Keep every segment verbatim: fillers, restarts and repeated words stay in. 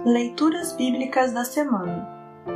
Leituras Bíblicas da Semana.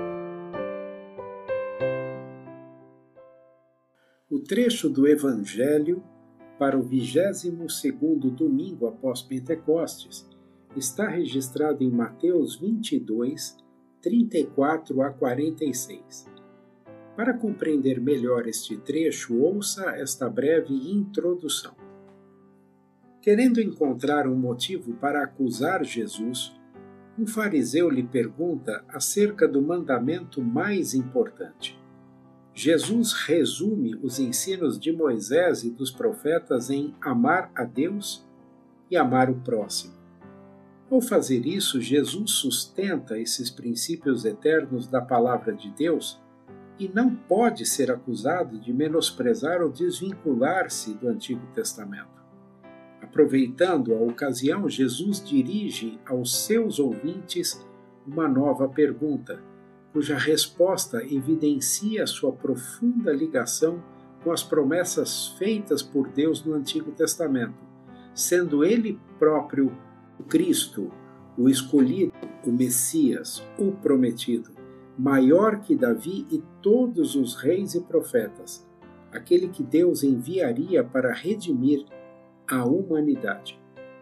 O trecho do Evangelho para o vigésimo segundo domingo após Pentecostes está registrado em Mateus vinte e dois, trinta e quatro a quarenta e seis. Para compreender melhor este trecho, ouça esta breve introdução. Querendo encontrar um motivo para acusar Jesus, um fariseu lhe pergunta acerca do mandamento mais importante. Jesus resume os ensinos de Moisés e dos profetas em amar a Deus e amar o próximo. Ao fazer isso, Jesus sustenta esses princípios eternos da palavra de Deus e não pode ser acusado de menosprezar ou desvincular-se do Antigo Testamento. Aproveitando a ocasião, Jesus dirige aos seus ouvintes uma nova pergunta, cuja resposta evidencia sua profunda ligação com as promessas feitas por Deus no Antigo Testamento, sendo Ele próprio o Cristo, o escolhido, o Messias, o prometido, maior que Davi e todos os reis e profetas, aquele que Deus enviaria para redimir a humanidade.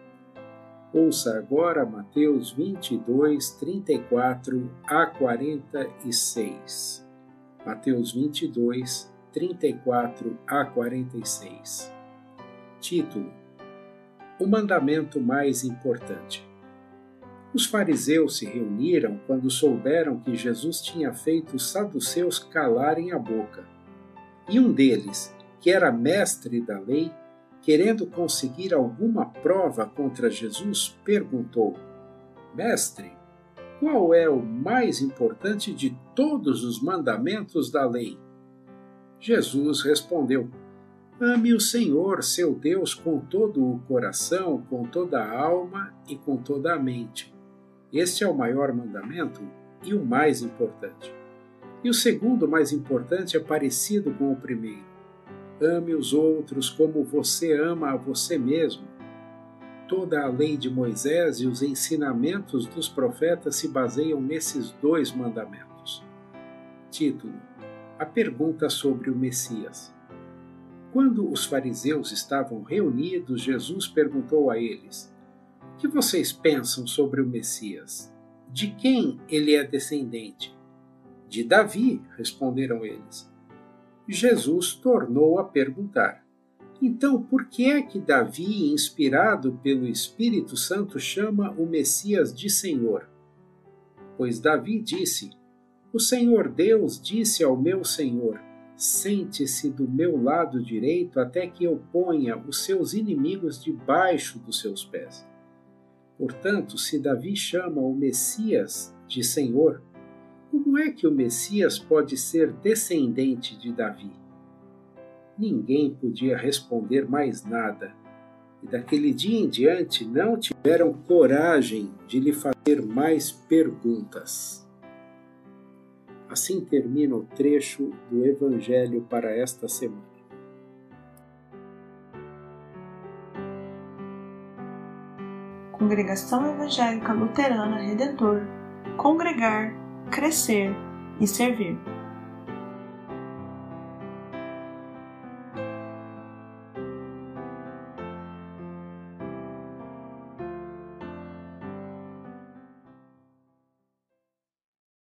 Ouça agora Mateus vinte e dois, trinta e quatro a quarenta e seis. Mateus vinte e dois, trinta e quatro a quarenta e seis. Título: O mandamento mais importante. Os fariseus se reuniram quando souberam que Jesus tinha feito os saduceus calarem a boca. E um deles, que era mestre da lei, querendo conseguir alguma prova contra Jesus, perguntou: Mestre, qual é o mais importante de todos os mandamentos da lei? Jesus respondeu: Ame o Senhor, seu Deus, com todo o coração, com toda a alma e com toda a mente. Este é o maior mandamento e o mais importante. E o segundo mais importante é parecido com o primeiro. Ame os outros como você ama a você mesmo. Toda a lei de Moisés e os ensinamentos dos profetas se baseiam nesses dois mandamentos. Título: A pergunta sobre o Messias. Quando os fariseus estavam reunidos, Jesus perguntou a eles: O que vocês pensam sobre o Messias? De quem ele é descendente? De Davi, responderam eles. Jesus tornou a perguntar: Então, por que é que Davi, inspirado pelo Espírito Santo, chama o Messias de Senhor? Pois Davi disse: O Senhor Deus disse ao meu Senhor: Sente-se do meu lado direito até que eu ponha os seus inimigos debaixo dos seus pés. Portanto, se Davi chama o Messias de Senhor, como é que o Messias pode ser descendente de Davi? Ninguém podia responder mais nada, e daquele dia em diante não tiveram coragem de lhe fazer mais perguntas. Assim termina o trecho do Evangelho para esta semana. Congregação Evangélica Luterana Redentor. Congregar, crescer e servir.